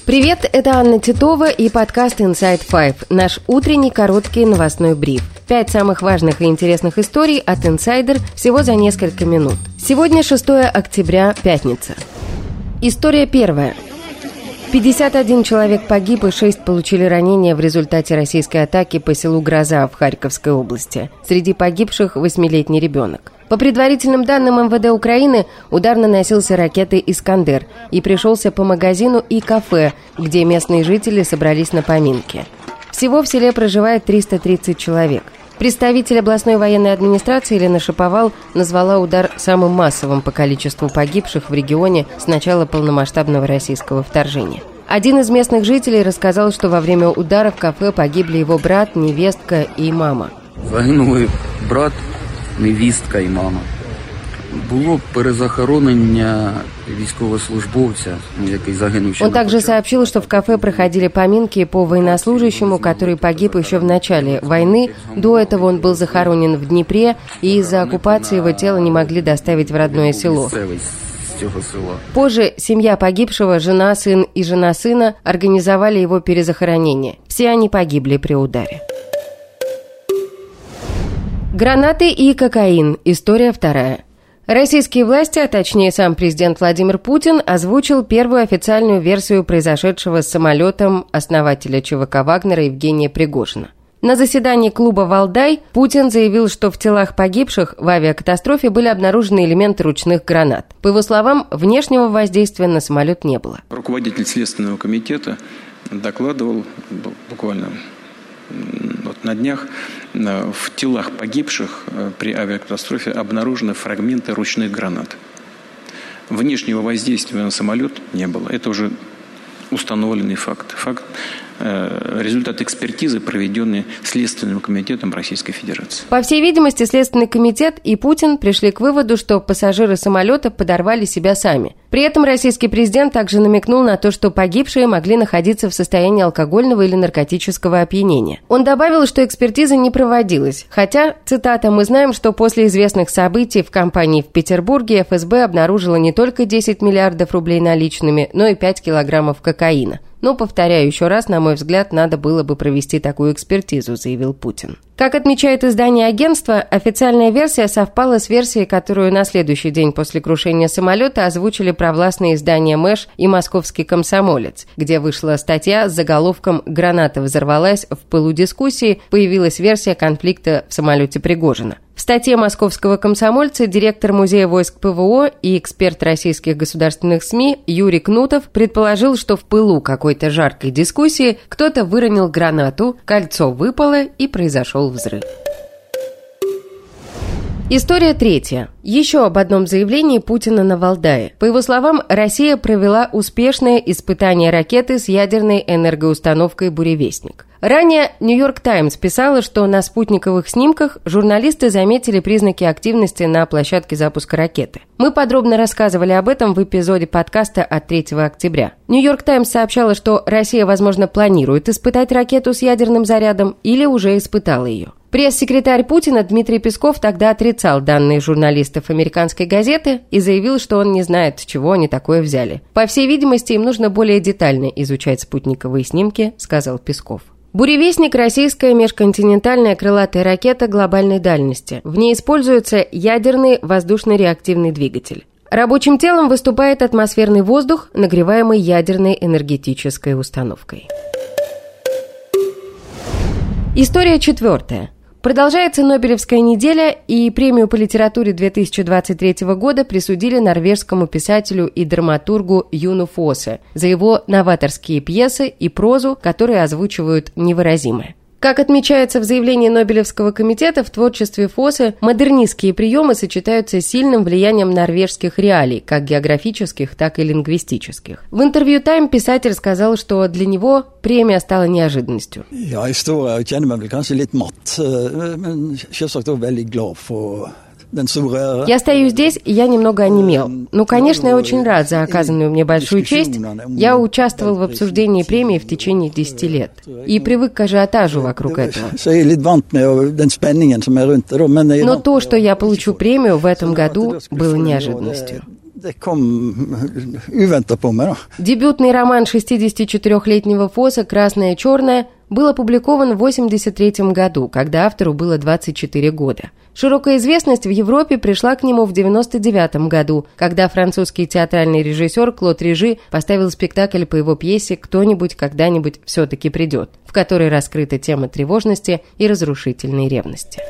Привет, это Анна Титова и подкаст Inside Five, наш утренний короткий новостной бриф. 5 самых важных и интересных историй от Insider всего за несколько минут. Сегодня 6 октября, пятница. История первая. 51 человек погиб и 6 получили ранения в результате российской атаки по селу Гроза в Харьковской области. Среди погибших 8-летний ребенок. По предварительным данным МВД Украины, удар наносился ракетой «Искандер» и пришелся по магазину и кафе, где местные жители собрались на поминки. Всего в селе проживает 330 человек. Представитель областной военной администрации Елена Шаповал назвала удар самым массовым по количеству погибших в регионе с начала полномасштабного российского вторжения. Один из местных жителей рассказал, что во время удара в кафе погибли его брат, невестка и мама. Загинули брат, невістка і мама. Було перезахоронення військовослужбовця, який загинув. Он также сообщил, что в кафе проходили поминки по военнослужащему, который погиб еще в начале войны. До этого он был захоронен в Днепре, и из-за оккупации его тело не могли доставить в родное село. Позже семья погибшего, жена, сын и жена сына организовали его перезахоронение. Все они погибли при ударе. Гранаты и кокаин. История вторая. Российские власти, а точнее сам президент Владимир Путин, озвучил первую официальную версию произошедшего с самолетом основателя ЧВК Вагнера Евгения Пригожина. На заседании клуба «Валдай» Путин заявил, что в телах погибших в авиакатастрофе были обнаружены элементы ручных гранат. По его словам, внешнего воздействия на самолет не было. Руководитель Следственного комитета докладывал буквально на днях, в телах погибших при авиакатастрофе обнаружены фрагменты ручных гранат. Внешнего воздействия на самолет не было. Это уже установленный факт. Результат экспертизы, проведенный Следственным комитетом Российской Федерации. По всей видимости, Следственный комитет и Путин пришли к выводу, что пассажиры самолета подорвали себя сами. При этом российский президент также намекнул на то, что погибшие могли находиться в состоянии алкогольного или наркотического опьянения. Он добавил, что экспертиза не проводилась, хотя, цитата, «мы знаем, что после известных событий в компании в Петербурге ФСБ обнаружила не только 10 миллиардов рублей наличными, но и 5 килограммов кокаина». Но, повторяю еще раз, на мой взгляд, надо было бы провести такую экспертизу, заявил Путин. Как отмечает издание агентства, официальная версия совпала с версией, которую на следующий день после крушения самолета озвучили провластные издания МЭШ и «Московский комсомолец», где вышла статья с заголовком «Граната взорвалась, в пылу дискуссии появилась версия конфликта в самолете Пригожина». В статье «Московского комсомольца» директор Музея войск ПВО и эксперт российских государственных СМИ Юрий Кнутов предположил, что в пылу какой-то жаркой дискуссии кто-то выронил гранату, кольцо выпало и произошел взрыв. История третья. Еще об одном заявлении Путина на Валдае. По его словам, Россия провела успешное испытание ракеты с ядерной энергоустановкой «Буревестник». Ранее «Нью-Йорк Таймс» писала, что на спутниковых снимках журналисты заметили признаки активности на площадке запуска ракеты. Мы подробно рассказывали об этом в эпизоде подкаста от 3 октября. «Нью-Йорк Таймс» сообщала, что Россия, возможно, планирует испытать ракету с ядерным зарядом или уже испытала ее. Пресс-секретарь Путина Дмитрий Песков тогда отрицал данные журналистов «Американской газеты» и заявил, что он не знает, с чего они такое взяли. По всей видимости, им нужно более детально изучать спутниковые снимки, сказал Песков. «Буревестник» – российская межконтинентальная крылатая ракета глобальной дальности. В ней используется ядерный воздушно-реактивный двигатель. Рабочим телом выступает атмосферный воздух, нагреваемый ядерной энергетической установкой. История четвертая. Продолжается Нобелевская неделя, и премию по литературе 2023 года присудили норвежскому писателю и драматургу Юну Фосе за его новаторские пьесы и прозу, которые озвучивают невыразимое. Как отмечается в заявлении Нобелевского комитета, в творчестве Фосе модернистские приемы сочетаются с сильным влиянием норвежских реалий, как географических, так и лингвистических. В интервью «Тайм» писатель сказал, что для него премия стала неожиданностью. Я kjenner meg vel kanskje litt matt, men selvsagt også veldig glad for Я стою здесь, и я немного онемел. Ну, конечно, я очень рад за оказанную мне большую честь. Я участвовал в обсуждении премии в течение 10 лет и привык к ажиотажу вокруг этого. Но то, что я получу премию в этом году, было неожиданностью. Det kom uväntat på mig då. Дебютный роман 64-летнего Фосса «Красное и черное» был опубликован в 1983 году, когда автору было 24 года. Широкая известность в Европе пришла к нему в 1999 году, когда французский театральный режиссер Клод Режи поставил спектакль по его пьесе «Кто-нибудь когда-нибудь все-таки придет», в которой раскрыта тема тревожности и разрушительной ревности.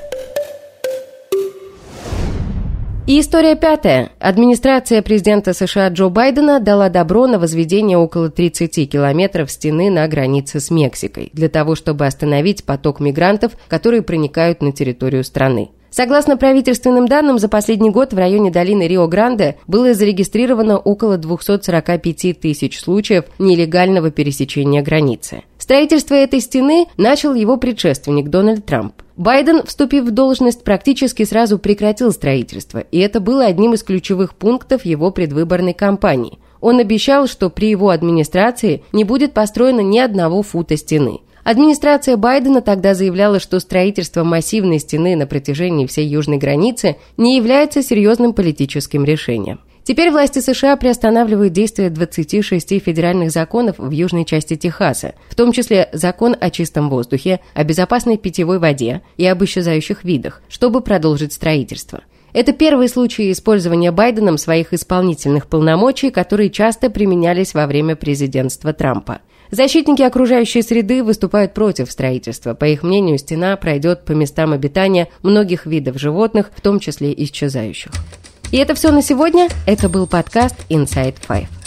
И история пятая. Администрация президента США Джо Байдена дала добро на возведение около 30 километров стены на границе с Мексикой, для того, чтобы остановить поток мигрантов, которые проникают на территорию страны. Согласно правительственным данным, за последний год в районе долины Рио-Гранде было зарегистрировано около 245 тысяч случаев нелегального пересечения границы. Строительство этой стены начал его предшественник Дональд Трамп. Байден, вступив в должность, практически сразу прекратил строительство, и это было одним из ключевых пунктов его предвыборной кампании. Он обещал, что при его администрации не будет построено ни одного фута стены. Администрация Байдена тогда заявляла, что строительство массивной стены на протяжении всей южной границы не является серьезным политическим решением. Теперь власти США приостанавливают действие 26 федеральных законов в южной части Техаса, в том числе закон о чистом воздухе, о безопасной питьевой воде и об исчезающих видах, чтобы продолжить строительство. Это первый случай использования Байденом своих исполнительных полномочий, которые часто применялись во время президентства Трампа. Защитники окружающей среды выступают против строительства. По их мнению, стена пройдет по местам обитания многих видов животных, в том числе исчезающих. И это все на сегодня. Это был подкаст Inside Five.